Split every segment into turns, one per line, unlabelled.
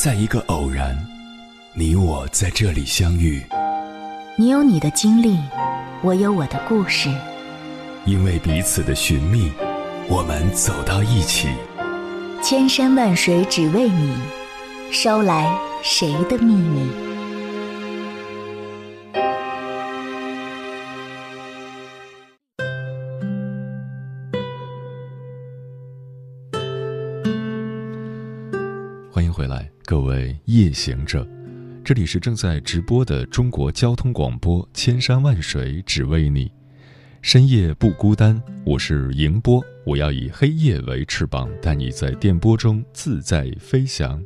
在一个偶然，你我在这里相遇。
你有你的经历，我有我的故事。
因为彼此的寻觅，我们走到一起。
千山万水只为你，捎来谁的秘密？
欢迎回来，各位夜行者，这里是正在直播的中国交通广播，千山万水只为你，深夜不孤单。我是迎波，我要以黑夜为翅膀，带你在电波中自在飞翔。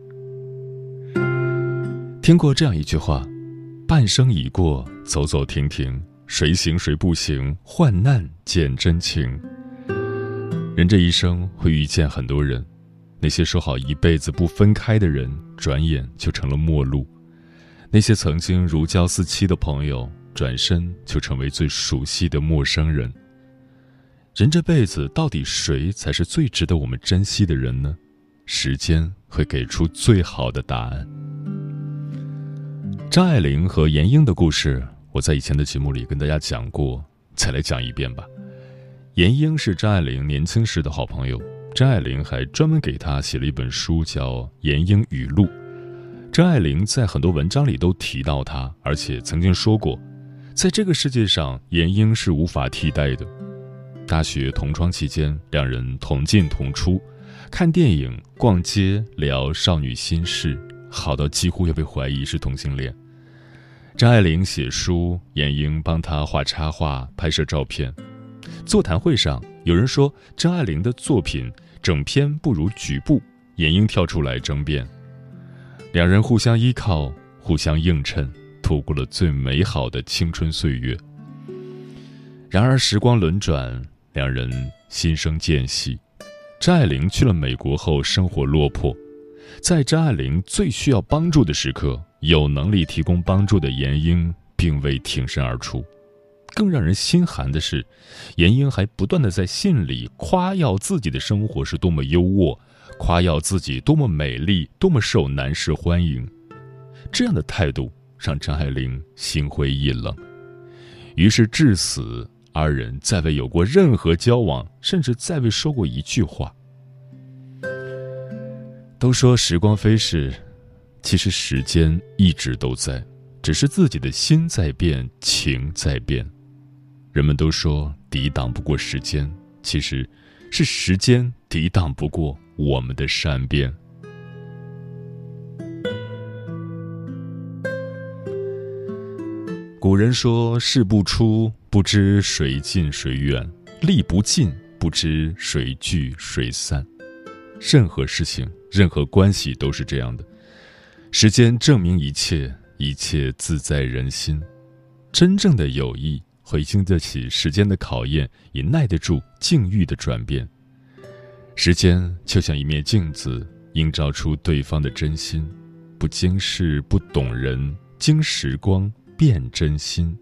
听过这样一句话，半生已过，走走停停，谁行谁不行，患难见真情。人这一生会遇见很多人，那些说好一辈子不分开的人，转眼就成了陌路；那些曾经如胶似漆的朋友，转身就成为最熟悉的陌生人。人这辈子到底谁才是最值得我们珍惜的人呢？时间会给出最好的答案。张爱玲和闫英的故事，我在以前的节目里跟大家讲过，再来讲一遍吧。闫英是张爱玲年轻时的好朋友，张爱玲还专门给她写了一本书，叫《闫英语录》。张爱玲在很多文章里都提到她，而且曾经说过，在这个世界上，闫英是无法替代的。大学同窗期间，两人同进同出，看电影、逛街、聊少女心事，好到几乎要被怀疑是同性恋。张爱玲写书，闫英帮她画插画、拍摄照片。座谈会上，有人说张爱玲的作品整篇不如局部，闫英跳出来争辩。两人互相依靠，互相映衬，度过了最美好的青春岁月。然而时光轮转，两人心生间隙。张爱玲去了美国后生活落魄，在张爱玲最需要帮助的时刻，有能力提供帮助的闫英并未挺身而出。更让人心寒的是，闫英还不断地在信里夸耀自己的生活是多么优渥，夸耀自己多么美丽，多么受男士欢迎。这样的态度让张爱玲心灰意冷，于是至死二人再未有过任何交往，甚至再未说过一句话。都说时光飞逝，其实时间一直都在，只是自己的心在变，情在变。人们都说抵挡不过时间，其实是时间抵挡不过我们的善变。古人说，事不出，不知谁近谁远；力不尽，不知谁聚谁散。任何事情，任何关系都是这样的。时间证明一切，一切自在人心。真正的友谊会经得起时间的考验，也耐得住境遇的转变。时间就像一面镜子，映照出对方的真心。不经事不懂人，经时光辨真心。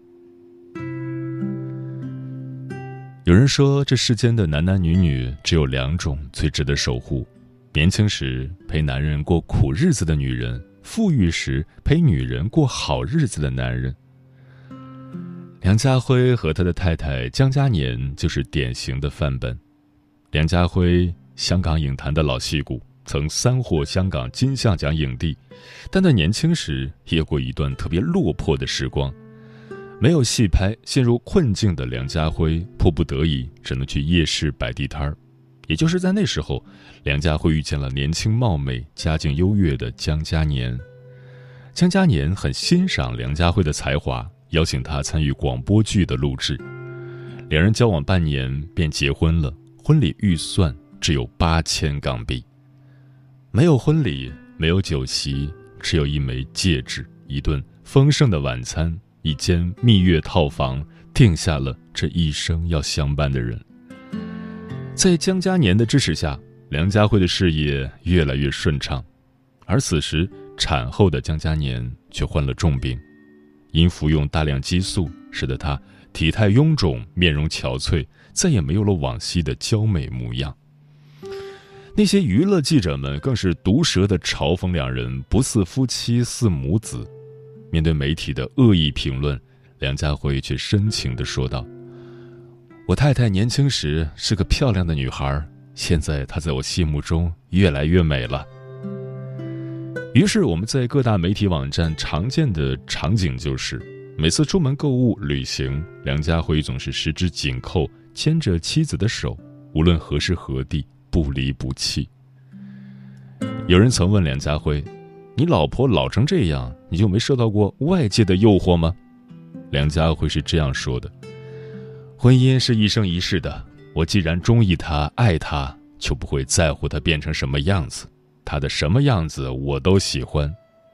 有人说，这世间的男男女女只有两种最值得守护：年轻时陪男人过苦日子的女人，富裕时陪女人过好日子的男人。梁家辉和他的太太江嘉年就是典型的范本。梁家辉，香港影坛的老戏骨，曾3获香港金像奖影帝，但在年轻时也有过一段特别落魄的时光。没有戏拍，陷入困境的梁家辉迫不得已只能去夜市摆地摊儿。也就是在那时候，梁家辉遇见了年轻貌美、家境优越的江嘉年。江嘉年很欣赏梁家辉的才华，邀请他参与广播剧的录制。两人交往半年便结婚了，婚礼预算只有8000港币。没有婚礼，没有酒席，只有一枚戒指，一顿丰盛的晚餐，一间蜜月套房，定下了这一生要相伴的人。在江嘉年的支持下，梁家辉的事业越来越顺畅。而此时产后的江嘉年却患了重病，因服用大量激素，使得她体态臃肿，面容憔悴，再也没有了往昔的娇美模样。 那些娱乐记者们更是毒舌地嘲讽两人不似夫妻似母子。面对媒体的恶意评论，梁家辉却深情地说道：我太太年轻时是个漂亮的女孩，现在她在我心目中越来越美了。于是我们在各大媒体网站常见的场景就是，每次出门购物旅行，梁家辉总是十指紧扣，牵着妻子的手，无论何时何地，不离不弃。有人曾问梁家辉：你老婆老成这样，你就没受到过外界的诱惑吗？梁家辉是这样说的：婚姻是一生一世的，我既然中意她爱她，就不会在乎她变成什么样子，她的什么样子我都喜欢。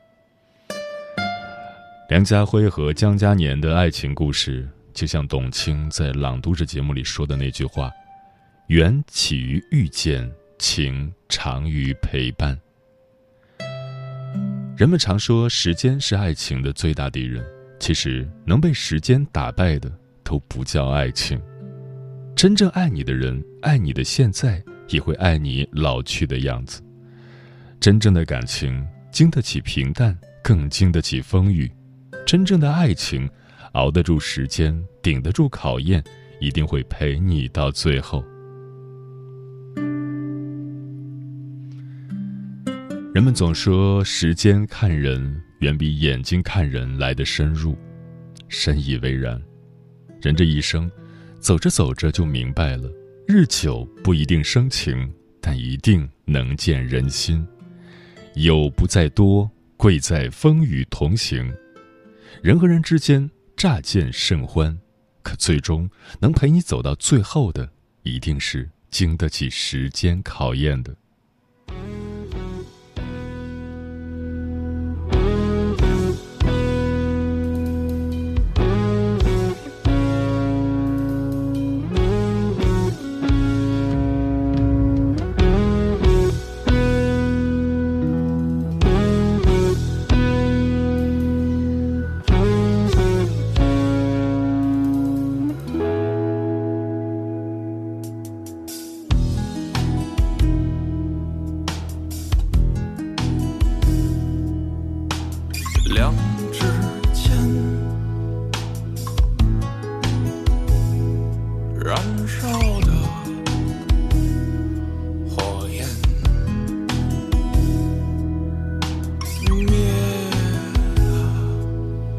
梁家辉和江嘉年的爱情故事，就像董卿在《朗读者》节目里说的那句话：缘起于遇见，情长于陪伴。人们常说时间是爱情的最大敌人，其实能被时间打败的都不叫爱情。真正爱你的人，爱你的现在，也会爱你老去的样子。真正的感情经得起平淡，更经得起风雨。真正的爱情熬得住时间，顶得住考验，一定会陪你到最后。人们总说时间看人远比眼睛看人来得深入，深以为然。人这一生走着走着就明白了，日久不一定生情，但一定能见人心。友不在多，贵在风雨同行。人和人之间乍见甚欢，可最终能陪你走到最后的，一定是经得起时间考验的。
两指间燃烧的火焰灭了，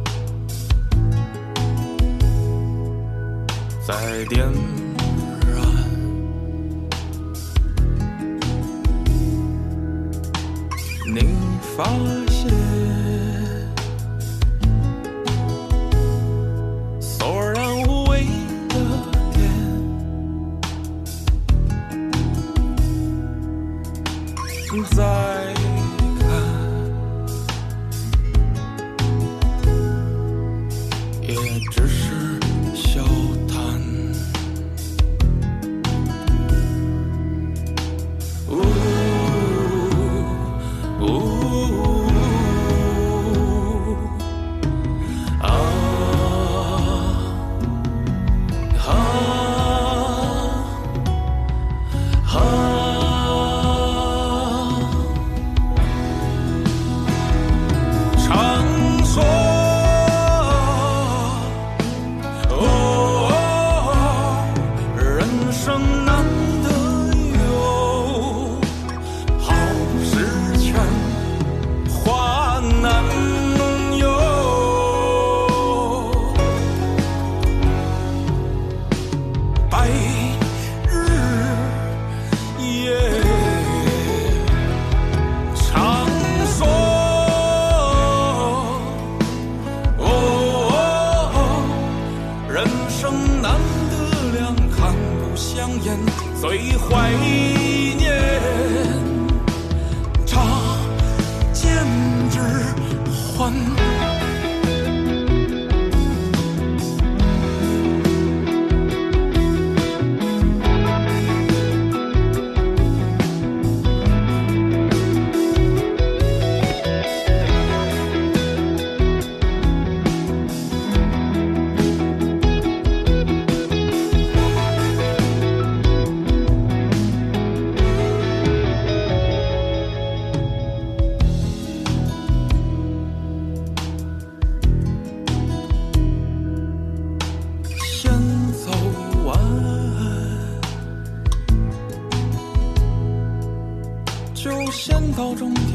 再点燃，你发现再看，也只是笑谈。 就先到终点。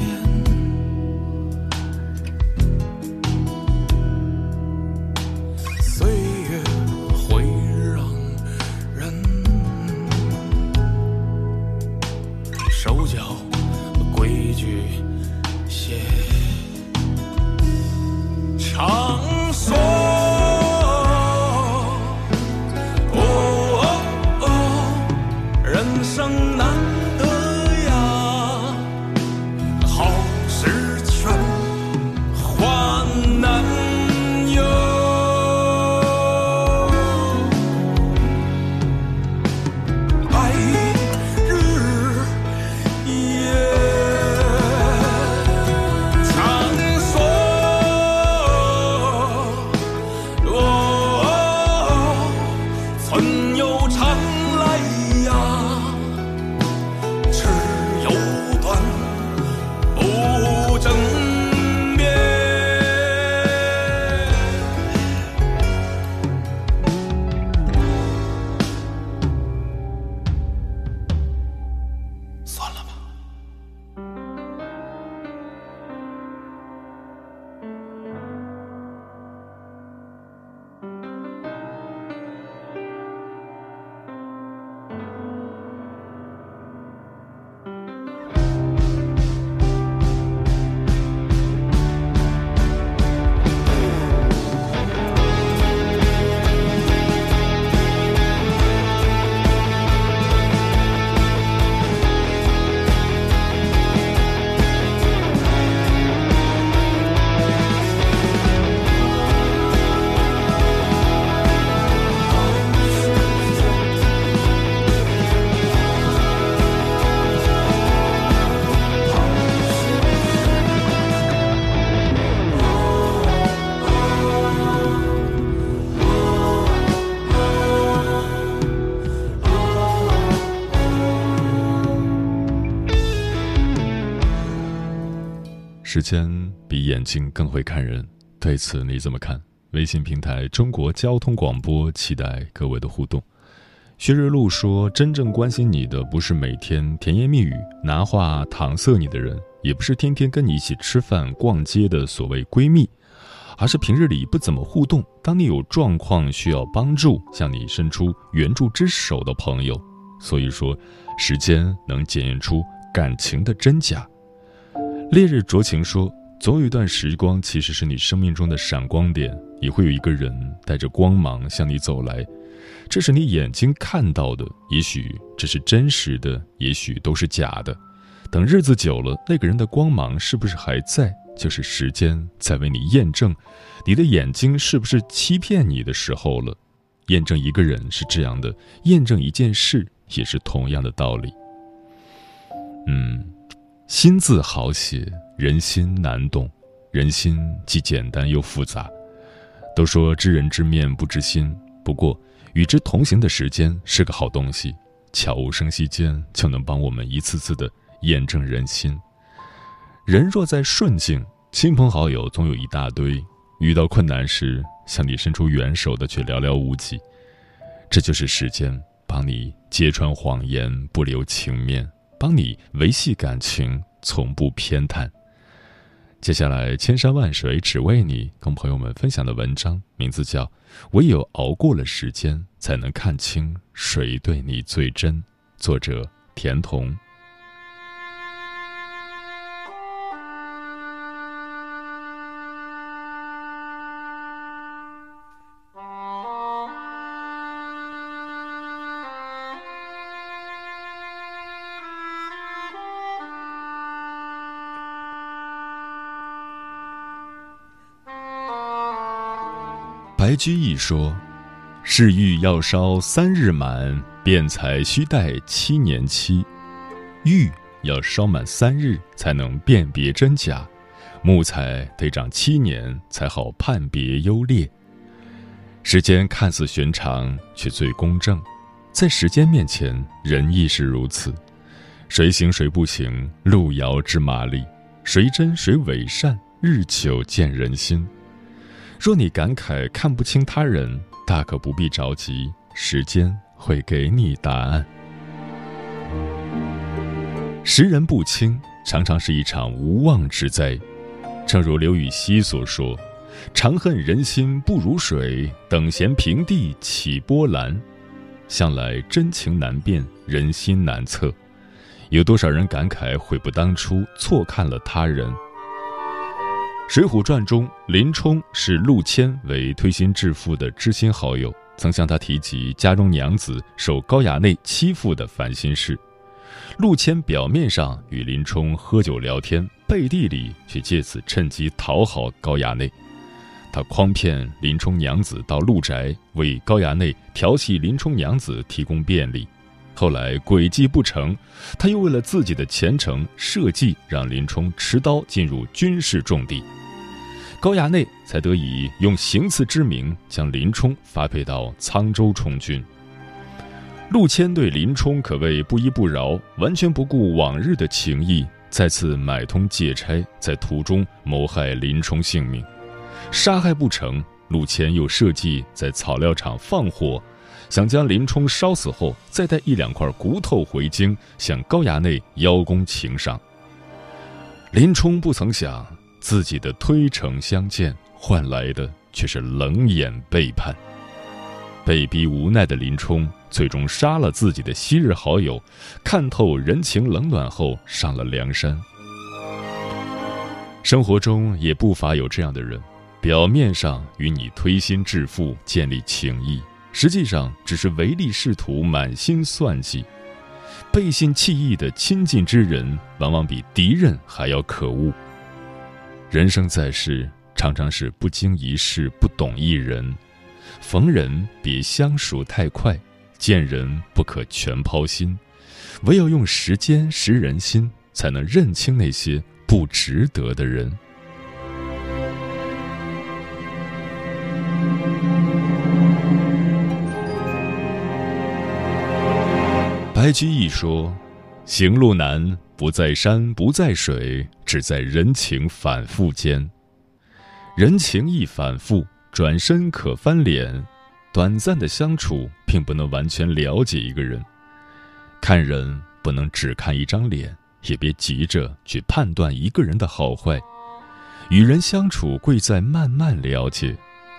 岁月会让人手脚规矩些，场所。人生难得呀，好事全患难哟。白日夜场所，存有常来呀。
时间比眼睛更会看人，对此你怎么看？微信平台中国交通广播，期待各位的互动。薛日露说，真正关心你的不是每天甜言蜜语拿话搪塞你的人，也不是天天跟你一起吃饭逛街的所谓闺蜜，而是平日里不怎么互动，当你有状况需要帮助，向你伸出援助之手的朋友。所以说，时间能检验出感情的真假。烈日灼情说，总有一段时光其实是你生命中的闪光点，也会有一个人带着光芒向你走来，这是你眼睛看到的，也许这是真实的，也许都是假的。等日子久了，那个人的光芒是不是还在，就是时间在为你验证你的眼睛是不是欺骗你的时候了。验证一个人是这样的，验证一件事也是同样的道理。心字好写，人心难懂，人心既简单又复杂。都说知人知面不知心，不过与之同行的时间是个好东西，悄无声息间就能帮我们一次次的验证人心。人若在顺境，亲朋好友总有一大堆，遇到困难时向你伸出援手的却寥寥无几。这就是时间帮你揭穿谎言，不留情面，帮你维系感情，从不偏袒。接下来千山万水只为你跟朋友们分享的文章名字叫《唯有熬过了时间，才能看清谁对你最真》，作者田童。白居易说，是玉要烧3日满，辩才须待7年期。玉要烧满3日才能辨别真假，木材得长7年才好判别优劣。时间看似寻常，却最公正。在时间面前，人亦是如此。谁行谁不行，路遥知马力；谁真谁伪善，日久见人心。若你感慨看不清他人，大可不必着急，时间会给你答案。 识人不清常常是一场无妄之灾。正如刘禹锡所说，长恨人心不如水，等闲平地起波澜。向来真情难辨，人心难测，有多少人感慨悔不当初，错看了他人。《水浒传》中，林冲视陆谦为推心置腹的知心好友，曾向他提及家中娘子受高衙内欺负的烦心事。陆谦表面上与林冲喝酒聊天，背地里却借此趁机讨好高衙内。他诓骗林冲娘子到陆宅，为高衙内调戏林冲娘子提供便利。后来诡计不成，他又为了自己的前程，设计让林冲持刀进入军事重地。高衙内才得以用行刺之名将林冲发配到沧州充军。陆谦对林冲可谓不依不饶，完全不顾往日的情谊，再次买通借差，在途中谋害林冲性命。杀害不成，陆谦又设计在草料场放火，想将林冲烧死后，再带1-2块骨头回京，向高衙内邀功请赏。林冲不曾想，自己的推诚相见换来的却是冷眼背叛。被逼无奈的林冲最终杀了自己的昔日好友，看透人情冷暖后上了梁山。生活中也不乏有这样的人，表面上与你推心置腹，建立情谊，实际上只是唯利是图，满心算计。背信弃义的亲近之人，往往比敌人还要可恶。人生在世，常常是不经一事，不懂一人。逢人别相熟太快，见人不可全抛心，唯有用时间识人心，才能认清那些不值得的人。白居易说，行路难，不在山不在水，只在人情反复间。人情一反复，转身可翻脸。短暂的相处并不能完全了解一个人，看人不能只看一张脸，也别急着去判断一个人的好坏。与人相处贵在慢慢了解。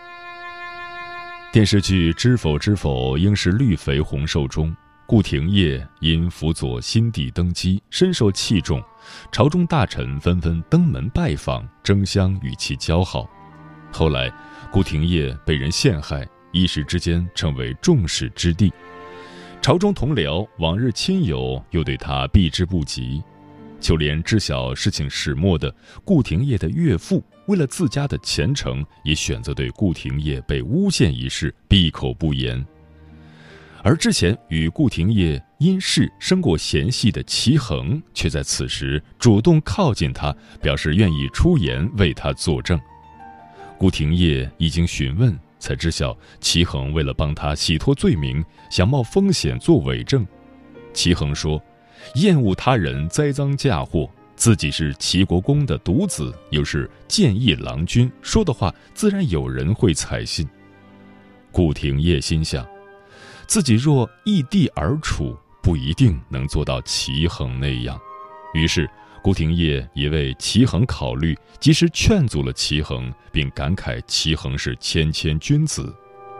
电视剧《知否知否，应是绿肥红瘦》中，顾廷烨因辅佐新帝登基，深受器重，朝中大臣纷纷登门拜访，争相与其交好。后来顾廷烨被人陷害，一时之间成为众矢之的。朝中同僚、往日亲友又对他避之不及，就连知晓事情始末的顾廷烨的岳父，为了自家的前程，也选择对顾廷烨被诬陷一事闭口不言。而之前与顾廷烨因事生过嫌隙的齐衡，却在此时主动靠近他，表示愿意出言为他作证。顾廷烨一经询问，才知晓齐衡为了帮他洗脱罪名，想冒风险做伪证。齐衡说，厌恶他人栽赃嫁祸，自己是齐国公的独子，又是谏议郎君，说的话自然有人会采信。顾廷烨心想，自己若异地而处，不一定能做到齐衡那样。于是顾廷烨也为齐衡考虑，及时劝阻了齐衡，并感慨齐衡是谦谦君子。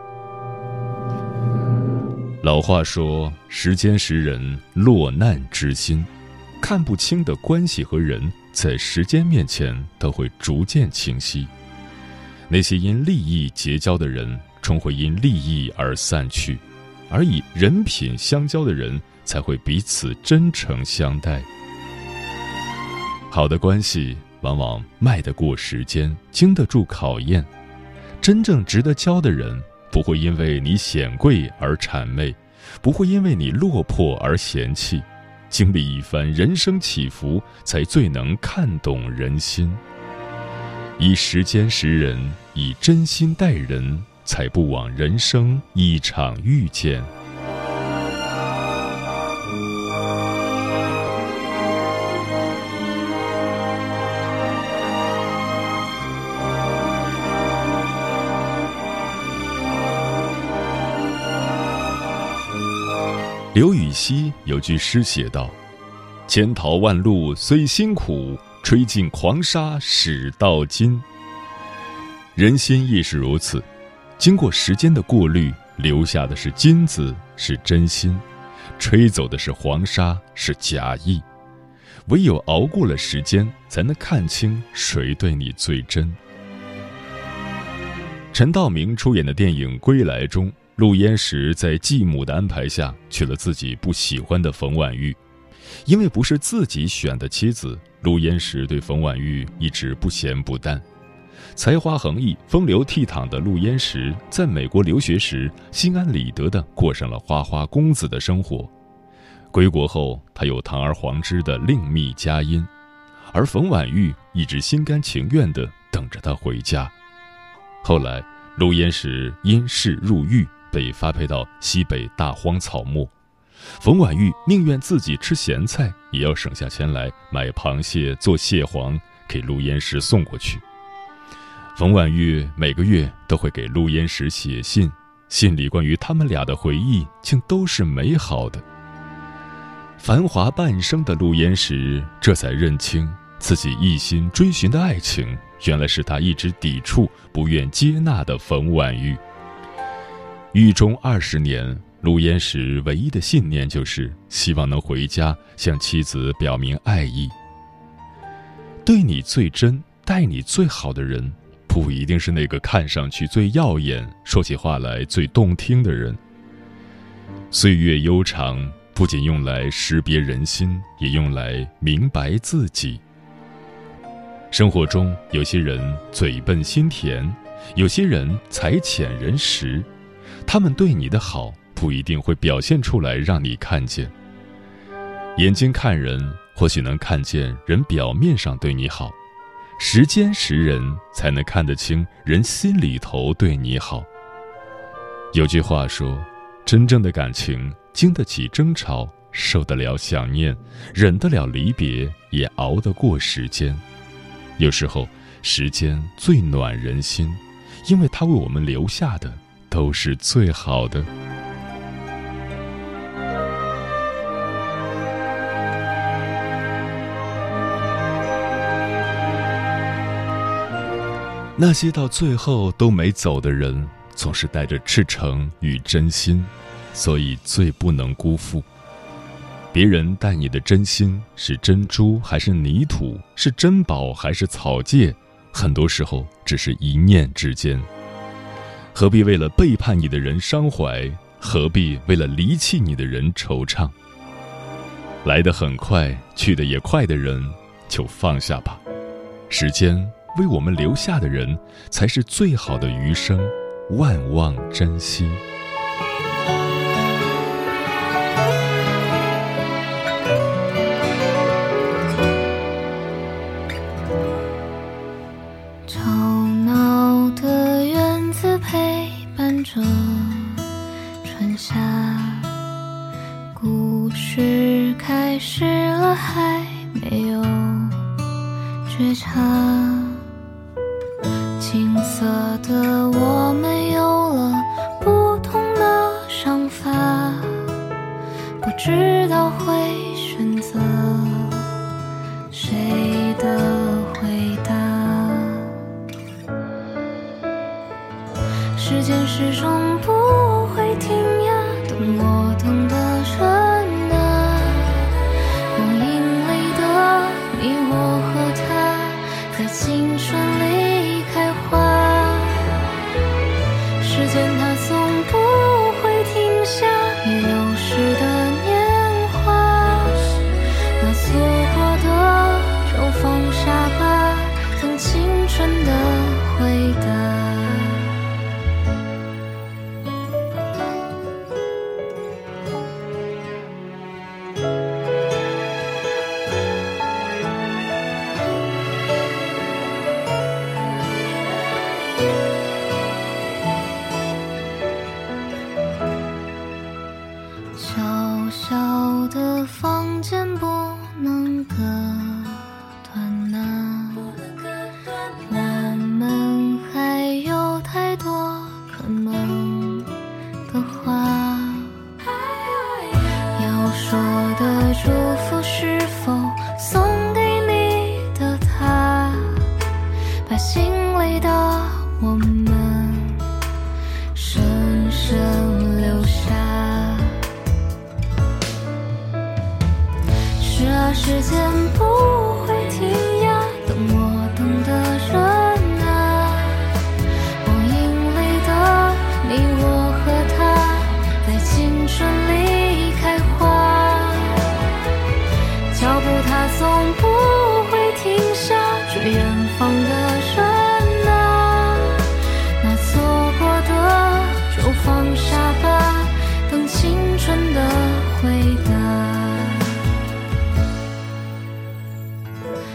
老话说，时间识人，落难知心。看不清的关系和人，在时间面前都会逐渐清晰。那些因利益结交的人，终会因利益而散去，而以人品相交的人，才会彼此真诚相待。好的关系往往迈得过时间，经得住考验。真正值得交的人，不会因为你显贵而谄媚，不会因为你落魄而嫌弃。经历一番人生起伏，才最能看懂人心。以时间识人，以真心待人，才不枉人生一场遇见。刘禹锡有句诗写道： 千淘万漉虽辛苦，吹尽狂沙始到金。人心亦是如此，经过时间的过滤，留下的是金子，是真心；吹走的是黄沙，是假意。唯有熬过了时间，才能看清谁对你最真。陈道明出演的电影《归来》中，陆焉识在继母的安排下娶了自己不喜欢的冯婉玉。因为不是自己选的妻子，陆焉识对冯婉玉一直不咸不淡。才华横溢、风流倜傥的陆焉识在美国留学时，心安理得地过上了花花公子的生活。归国后，他有堂而皇之的另觅佳音，而冯婉玉一直心甘情愿地等着他回家。后来，陆焉识因事入狱，被发配到西北大荒草漠。冯婉玉宁愿自己吃咸菜，也要省下钱来买螃蟹做蟹黄，给陆焉识送过去。冯婉玉每个月都会给陆焉识写信，信里关于他们俩的回忆竟都是美好的。繁华半生的陆焉识这才认清，自己一心追寻的爱情，原来是他一直抵触、不愿接纳的冯婉玉。狱中20年，陆焉识唯一的信念就是希望能回家向妻子表明爱意。对你最真、待你最好的人，不一定是那个看上去最耀眼、说起话来最动听的人。岁月悠长，不仅用来识别人心，也用来明白自己。生活中，有些人嘴笨心甜，有些人才浅人实，他们对你的好不一定会表现出来让你看见。眼睛看人，或许能看见人表面上对你好，时间识人，才能看得清人心里头对你好。有句话说，真正的感情经得起争吵，受得了想念，忍得了离别，也熬得过时间。有时候，时间最暖人心，因为它为我们留下的都是最好的。那些到最后都没走的人，总是带着赤诚与真心，所以最不能辜负。别人待你的真心是珍珠还是泥土，是珍宝还是草芥，很多时候只是一念之间。何必为了背叛你的人伤怀，何必为了离弃你的人惆怅？来得很快，去得也快的人，就放下吧。时间为我们留下的人，才是最好的余生，万望珍惜。
吵闹的院子陪伴着春夏，故事开始了，还没有觉察。青涩的我们有了不同的想法，不知道会选择谁的回答。时间始终不会停呀，等我等的人啊，光阴里的你我和他，在青春里开花。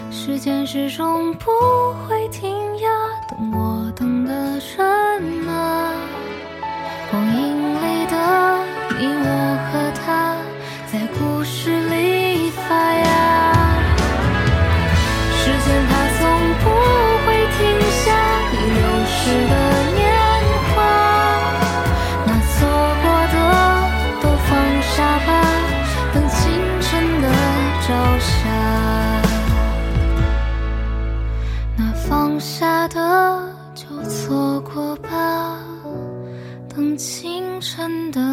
时间始终不会停呀，等我等的人啊，光阴里的你我和他，在故事里发芽。时间它从不会停下你流逝的年华，那错过的都放下吧，等清晨的朝霞。那放下的就错过吧，等清晨的